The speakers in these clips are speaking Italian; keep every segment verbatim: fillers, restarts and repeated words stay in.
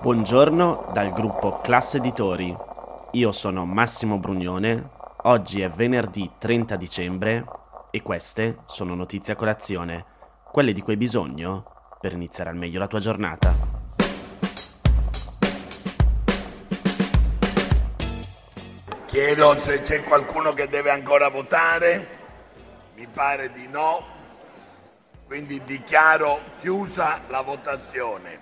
Buongiorno dal gruppo Classe Editori. Io sono Massimo Brugnone, oggi è venerdì trenta dicembre e queste sono notizie a colazione, quelle di cui hai bisogno per iniziare al meglio la tua giornata. Chiedo se c'è qualcuno che deve ancora votare. Mi pare di no, quindi dichiaro chiusa la votazione.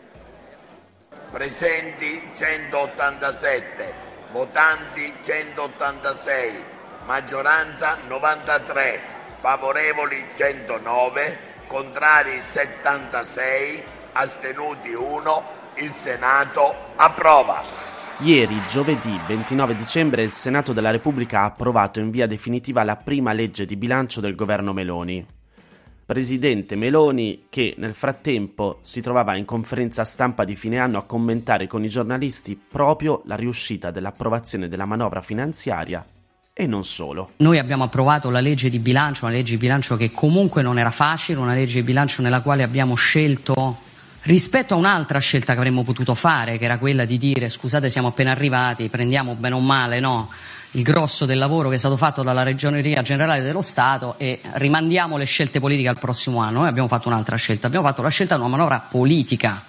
Presenti centottantasette, votanti centottantasei, maggioranza novantatré, favorevoli centonove, contrari settantasei, astenuti uno. Il Senato approva. Ieri, giovedì ventinove dicembre, il Senato della Repubblica ha approvato in via definitiva la prima legge di bilancio del governo Meloni. Presidente Meloni che nel frattempo si trovava in conferenza stampa di fine anno a commentare con i giornalisti proprio la riuscita dell'approvazione della manovra finanziaria e non solo. Noi abbiamo approvato la legge di bilancio, una legge di bilancio che comunque non era facile, una legge di bilancio nella quale abbiamo scelto, rispetto a un'altra scelta che avremmo potuto fare, che era quella di dire scusate siamo appena arrivati, prendiamo bene o male no, il grosso del lavoro che è stato fatto dalla Ragioneria Generale dello Stato e rimandiamo le scelte politiche al prossimo anno. Noi abbiamo fatto un'altra scelta, abbiamo fatto la scelta di una manovra politica,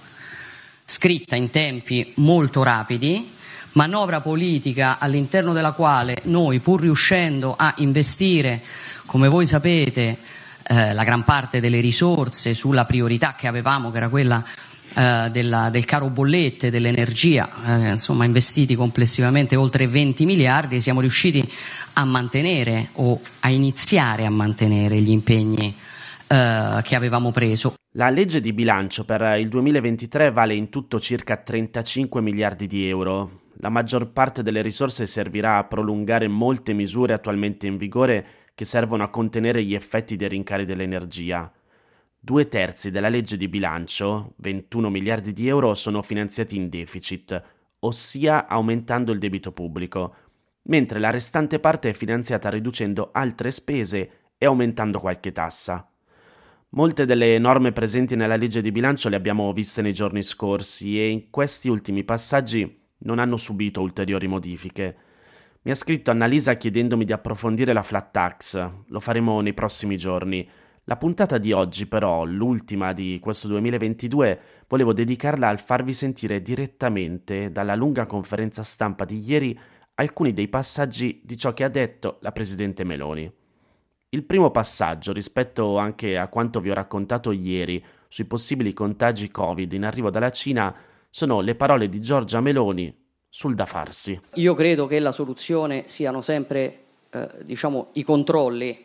scritta in tempi molto rapidi, manovra politica all'interno della quale noi, pur riuscendo a investire, come voi sapete, eh, la gran parte delle risorse sulla priorità che avevamo, che era quella eh, della, del caro bollette, dell'energia, eh, insomma investiti complessivamente oltre venti miliardi, siamo riusciti a mantenere o a iniziare a mantenere gli impegni eh, che avevamo preso. La legge di bilancio per il duemilaventitré vale in tutto circa trentacinque miliardi di euro. La maggior parte delle risorse servirà a prolungare molte misure attualmente in vigore che servono a contenere gli effetti dei rincari dell'energia. Due terzi della legge di bilancio, ventuno miliardi di euro, sono finanziati in deficit, ossia aumentando il debito pubblico, mentre la restante parte è finanziata riducendo altre spese e aumentando qualche tassa. Molte delle norme presenti nella legge di bilancio le abbiamo viste nei giorni scorsi e in questi ultimi passaggi non hanno subito ulteriori modifiche. Mi ha scritto Annalisa chiedendomi di approfondire la flat tax, lo faremo nei prossimi giorni. La puntata di oggi però, l'ultima di questo duemilaventidue, volevo dedicarla al farvi sentire direttamente dalla lunga conferenza stampa di ieri alcuni dei passaggi di ciò che ha detto la Presidente Meloni. Il primo passaggio, rispetto anche a quanto vi ho raccontato ieri sui possibili contagi Covid in arrivo dalla Cina, sono le parole di Giorgia Meloni sul da farsi. Io credo che la soluzione siano sempre, eh, diciamo, i controlli.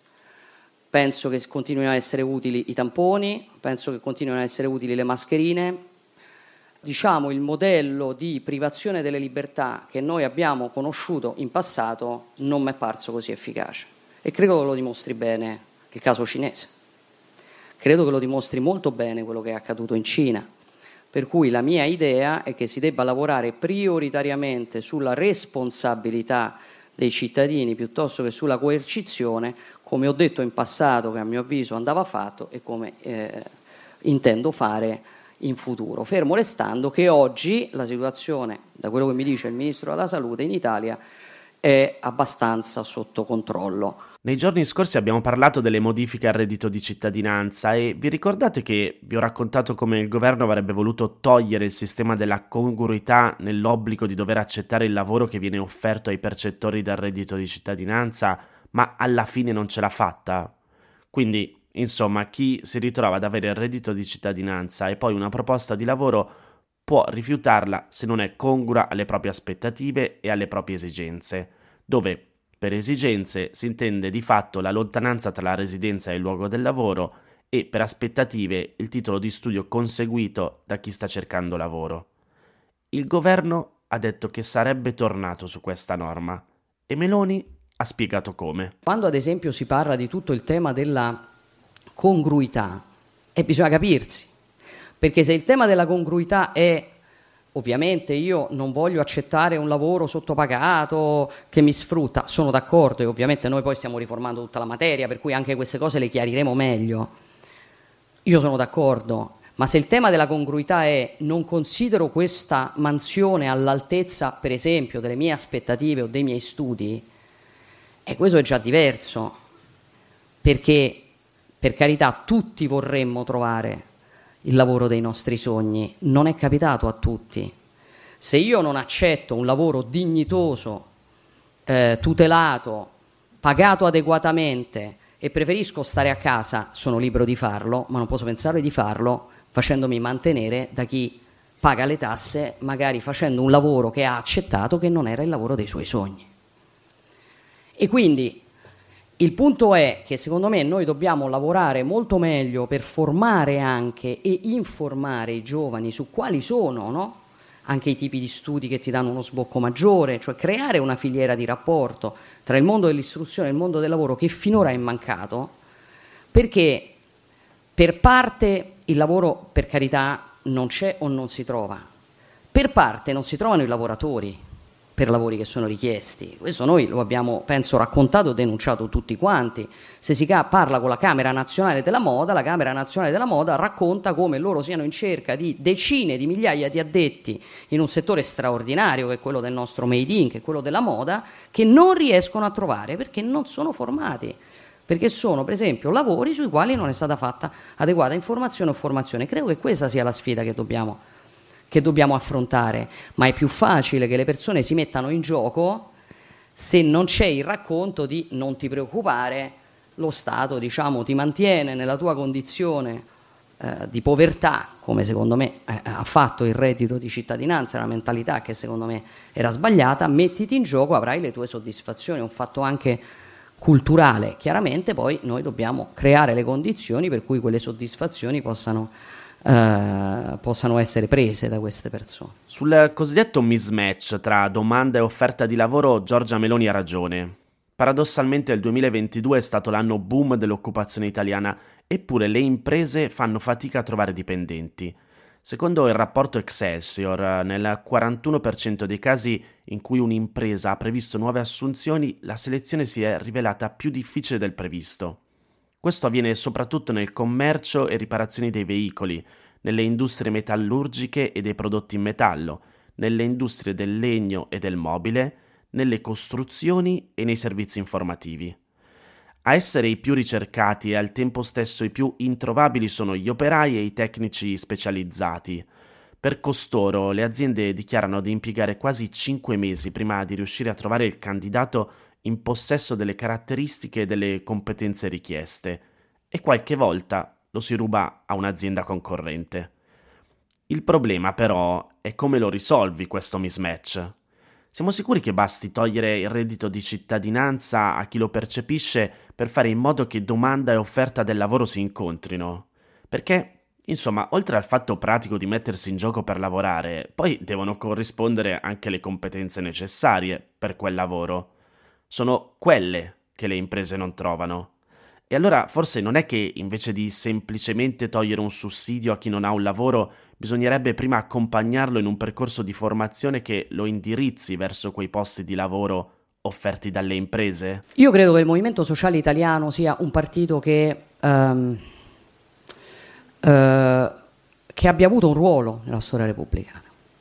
Penso che continuino a essere utili i tamponi, penso che continuino a essere utili le mascherine. Diciamo, il modello di privazione delle libertà che noi abbiamo conosciuto in passato non mi è parso così efficace. E credo che lo dimostri bene il caso cinese. Credo che lo dimostri molto bene quello che è accaduto in Cina. Per cui la mia idea è che si debba lavorare prioritariamente sulla responsabilità dei cittadini piuttosto che sulla coercizione, come ho detto in passato che a mio avviso andava fatto e come eh, intendo fare in futuro, fermo restando che oggi la situazione, da quello che mi dice il Ministro della Salute in Italia, è abbastanza sotto controllo. Nei giorni scorsi abbiamo parlato delle modifiche al reddito di cittadinanza e vi ricordate che vi ho raccontato come il governo avrebbe voluto togliere il sistema della congruità nell'obbligo di dover accettare il lavoro che viene offerto ai percettori del reddito di cittadinanza, ma alla fine non ce l'ha fatta? Quindi, insomma, chi si ritrova ad avere il reddito di cittadinanza e poi una proposta di lavoro può rifiutarla se non è congrua alle proprie aspettative e alle proprie esigenze, dove per esigenze si intende di fatto la lontananza tra la residenza e il luogo del lavoro e per aspettative il titolo di studio conseguito da chi sta cercando lavoro. Il governo ha detto che sarebbe tornato su questa norma e Meloni ha spiegato come. Quando ad esempio si parla di tutto il tema della congruità, e bisogna capirsi, perché se il tema della congruità è ovviamente io non voglio accettare un lavoro sottopagato che mi sfrutta, sono d'accordo e ovviamente noi poi stiamo riformando tutta la materia, per cui anche queste cose le chiariremo meglio. Io sono d'accordo, Ma se il tema della congruità è non considero questa mansione all'altezza, per esempio, delle mie aspettative o dei miei studi, e questo è già diverso, perché per carità tutti vorremmo trovare il lavoro dei nostri sogni, non è capitato a tutti. Se io non accetto un lavoro dignitoso, eh, tutelato, pagato adeguatamente e preferisco stare a casa, sono libero di farlo, ma non posso pensare di farlo facendomi mantenere da chi paga le tasse, magari facendo un lavoro che ha accettato che non era il lavoro dei suoi sogni. E quindi il punto è che secondo me noi dobbiamo lavorare molto meglio per formare anche e informare i giovani su quali sono, no? Anche i tipi di studi che ti danno uno sbocco maggiore, cioè creare una filiera di rapporto tra il mondo dell'istruzione e il mondo del lavoro che finora è mancato, perché per parte il lavoro, per carità, non c'è o non si trova, per parte non si trovano i lavoratori per lavori che sono richiesti. Questo noi lo abbiamo, penso, raccontato e denunciato tutti quanti. Se si parla con la Camera Nazionale della Moda, la Camera Nazionale della Moda racconta come loro siano in cerca di decine di migliaia di addetti in un settore straordinario che è quello del nostro made in, che è quello della moda, che non riescono a trovare perché non sono formati, perché sono per esempio lavori sui quali non è stata fatta adeguata informazione o formazione. Credo che questa sia la sfida che dobbiamo che dobbiamo affrontare, ma è più facile che le persone si mettano in gioco se non c'è il racconto di non ti preoccupare, lo Stato, diciamo, ti mantiene nella tua condizione eh, di povertà, come secondo me eh, ha fatto il reddito di cittadinanza, una mentalità che secondo me era sbagliata, mettiti in gioco, avrai le tue soddisfazioni, è un fatto anche culturale. Chiaramente poi noi dobbiamo creare le condizioni per cui quelle soddisfazioni possano Uh, possano essere prese da queste persone. Sul cosiddetto mismatch tra domanda e offerta di lavoro Giorgia Meloni ha ragione. Paradossalmente il duemilaventidue è stato l'anno boom dell'occupazione italiana, eppure le imprese fanno fatica a trovare dipendenti. Secondo il rapporto Excelsior, nel quarantuno per cento dei casi in cui un'impresa ha previsto nuove assunzioni, la selezione si è rivelata più difficile del previsto. Questo avviene soprattutto nel commercio e riparazioni dei veicoli, nelle industrie metallurgiche e dei prodotti in metallo, nelle industrie del legno e del mobile, nelle costruzioni e nei servizi informativi. A essere i più ricercati e al tempo stesso i più introvabili sono gli operai e i tecnici specializzati. Per costoro le aziende dichiarano di impiegare quasi cinque mesi prima di riuscire a trovare il candidato in possesso delle caratteristiche e delle competenze richieste, e qualche volta lo si ruba a un'azienda concorrente. Il problema però è come lo risolvi questo mismatch. Siamo sicuri che basti togliere il reddito di cittadinanza a chi lo percepisce per fare in modo che domanda e offerta del lavoro si incontrino? Perché, insomma, oltre al fatto pratico di mettersi in gioco per lavorare, poi devono corrispondere anche le competenze necessarie per quel lavoro. Sono quelle che le imprese non trovano. E allora forse non è che invece di semplicemente togliere un sussidio a chi non ha un lavoro, bisognerebbe prima accompagnarlo in un percorso di formazione che lo indirizzi verso quei posti di lavoro offerti dalle imprese? Io credo che il Movimento Sociale Italiano sia un partito che, um, uh, che abbia avuto un ruolo nella storia repubblicana,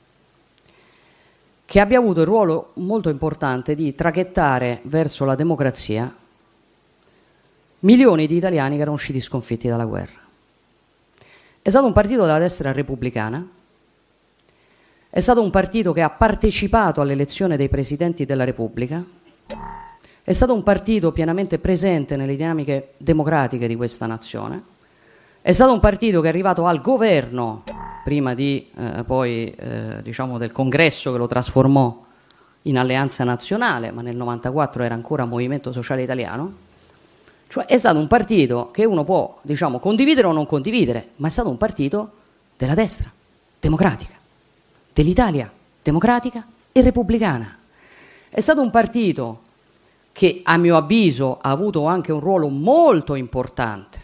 che abbia avuto il ruolo molto importante di traghettare verso la democrazia milioni di italiani che erano usciti sconfitti dalla guerra. È stato un partito della destra repubblicana, è stato un partito che ha partecipato all'elezione dei presidenti della Repubblica, è stato un partito pienamente presente nelle dinamiche democratiche di questa nazione, è stato un partito che è arrivato al governo prima di eh, poi eh, diciamo del congresso che lo trasformò in alleanza nazionale, ma nel novantaquattro era ancora Movimento Sociale Italiano. Cioè è stato un partito che uno può, diciamo, condividere o non condividere, ma è stato un partito della destra democratica, dell'Italia democratica e repubblicana. È stato un partito che, a mio avviso, ha avuto anche un ruolo molto importante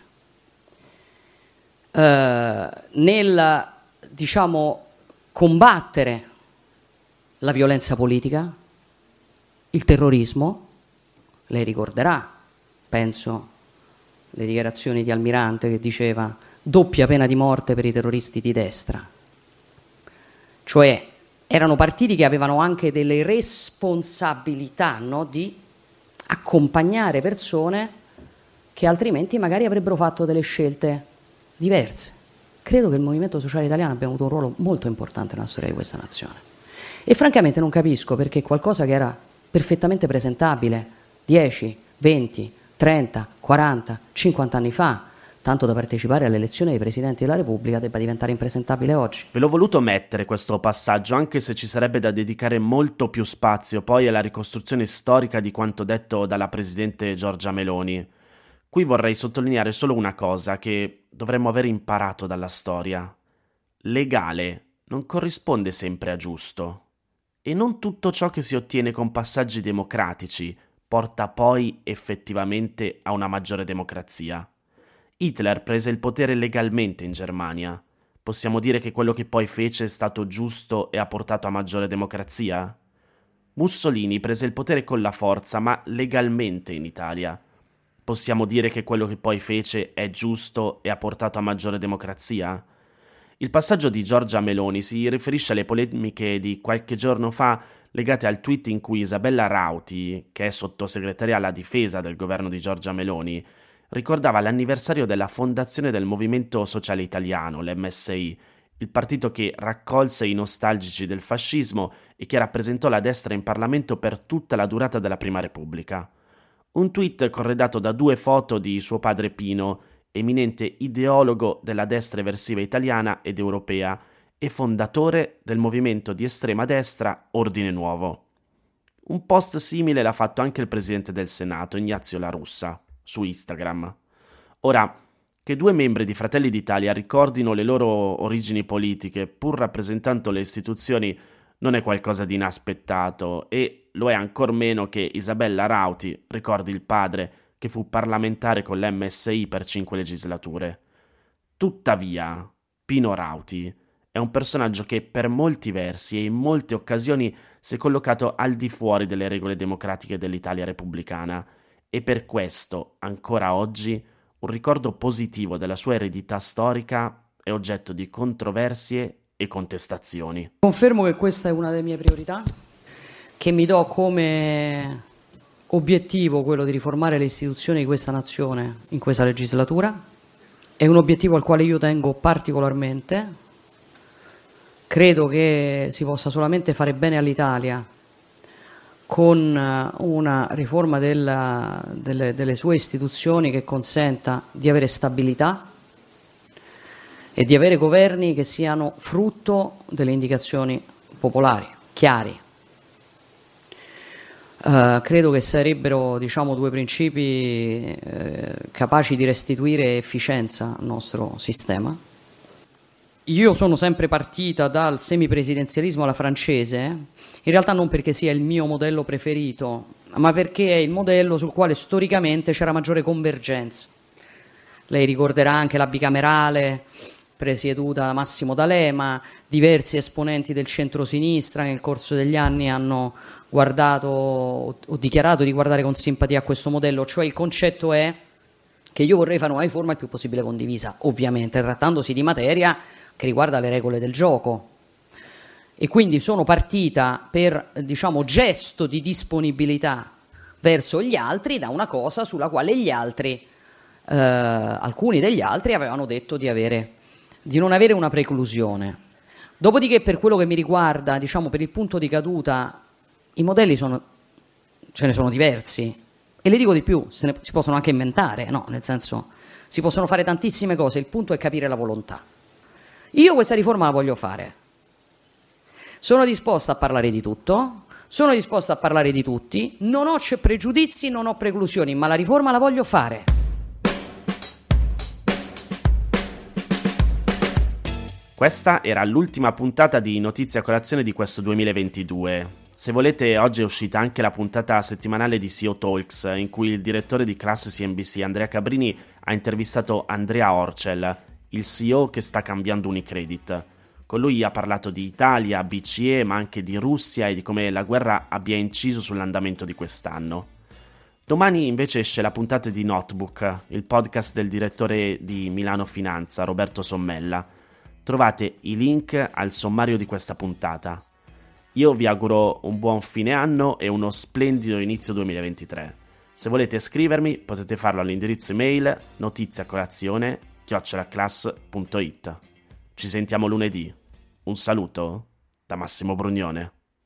eh, nel, diciamo, combattere la violenza politica, il terrorismo. Lei ricorderà, penso, le dichiarazioni di Almirante che diceva doppia pena di morte per i terroristi di destra. Cioè erano partiti che avevano anche delle responsabilità, no? Di accompagnare persone che altrimenti magari avrebbero fatto delle scelte diverse. Credo che il Movimento Sociale Italiano abbia avuto un ruolo molto importante nella storia di questa nazione. E francamente non capisco perché qualcosa che era perfettamente presentabile dieci, venti, trenta, quaranta, cinquanta anni fa, tanto da partecipare alle elezioni dei Presidenti della Repubblica, debba diventare impresentabile oggi. Ve l'ho voluto mettere questo passaggio, anche se ci sarebbe da dedicare molto più spazio poi alla ricostruzione storica di quanto detto dalla Presidente Giorgia Meloni. Qui vorrei sottolineare solo una cosa che dovremmo aver imparato dalla storia. Legale non corrisponde sempre a giusto. E non tutto ciò che si ottiene con passaggi democratici porta poi effettivamente a una maggiore democrazia. Hitler prese il potere legalmente in Germania. Possiamo dire che quello che poi fece è stato giusto e ha portato a maggiore democrazia? Mussolini prese il potere con la forza, ma legalmente in Italia. Possiamo dire che quello che poi fece è giusto e ha portato a maggiore democrazia? Il passaggio di Giorgia Meloni si riferisce alle polemiche di qualche giorno fa legate al tweet in cui Isabella Rauti, che è sottosegretaria alla difesa del governo di Giorgia Meloni, ricordava l'anniversario della fondazione del Movimento Sociale Italiano, l'M S I, il partito che raccolse i nostalgici del fascismo e che rappresentò la destra in Parlamento per tutta la durata della Prima Repubblica. Un tweet corredato da due foto di suo padre Pino, eminente ideologo della destra eversiva italiana ed europea e fondatore del movimento di estrema destra Ordine Nuovo. Un post simile l'ha fatto anche il presidente del Senato, Ignazio La Russa, su Instagram. Ora, che due membri di Fratelli d'Italia ricordino le loro origini politiche, pur rappresentando le istituzioni, non è qualcosa di inaspettato e lo è ancor meno che Isabella Rauti ricordi il padre che fu parlamentare con l'M S I per cinque legislature. Tuttavia, Pino Rauti è un personaggio che per molti versi e in molte occasioni si è collocato al di fuori delle regole democratiche dell'Italia repubblicana e per questo, ancora oggi, un ricordo positivo della sua eredità storica è oggetto di controversie e contestazioni. Confermo che questa è una delle mie priorità, che mi do come obiettivo quello di riformare le istituzioni di questa nazione in questa legislatura. È un obiettivo al quale io tengo particolarmente. Credo che si possa solamente fare bene all'Italia con una riforma della, delle, delle sue istituzioni che consenta di avere stabilità e di avere governi che siano frutto delle indicazioni popolari, chiari. Uh, credo che sarebbero, diciamo, due principi eh, capaci di restituire efficienza al nostro sistema. Io sono sempre partita dal semipresidenzialismo alla francese, in realtà non perché sia il mio modello preferito, ma perché è il modello sul quale storicamente c'era maggiore convergenza. Lei ricorderà anche la bicamerale presieduta da Massimo D'Alema, diversi esponenti del centro-sinistra nel corso degli anni hanno guardato o dichiarato di guardare con simpatia a questo modello, cioè il concetto è che io vorrei fare una riforma il più possibile condivisa, ovviamente trattandosi di materia che riguarda le regole del gioco. E quindi sono partita per, diciamo, gesto di disponibilità verso gli altri da una cosa sulla quale gli altri, eh, alcuni degli altri avevano detto di avere di non avere una preclusione. Dopodiché, per quello che mi riguarda, diciamo, per il punto di caduta, i modelli sono, ce ne sono diversi e le dico di più, se ne, si possono anche inventare, no? Nel senso, si possono fare tantissime cose, il punto è capire la volontà. Io questa riforma la voglio fare, sono disposta a parlare di tutto, sono disposta a parlare di tutti, non ho pregiudizi, non ho preclusioni, ma la riforma la voglio fare. Questa era l'ultima puntata di Notizia Colazione di questo duemilaventidue. Se volete, oggi è uscita anche la puntata settimanale di S E O Talks, in cui il direttore di Class C N B C, Andrea Cabrini, ha intervistato Andrea Orcel, il C E O che sta cambiando Unicredit. Con lui ha parlato di Italia, B C E, ma anche di Russia e di come la guerra abbia inciso sull'andamento di quest'anno. Domani invece esce la puntata di Notebook, il podcast del direttore di Milano Finanza, Roberto Sommella. Trovate i link al sommario di questa puntata. Io vi auguro un buon fine anno e uno splendido inizio duemilaventitré. Se volete scrivermi potete farlo all'indirizzo email notiziacolazione chiocciola class punto it. Ci sentiamo lunedì. Un saluto da Massimo Brugnone.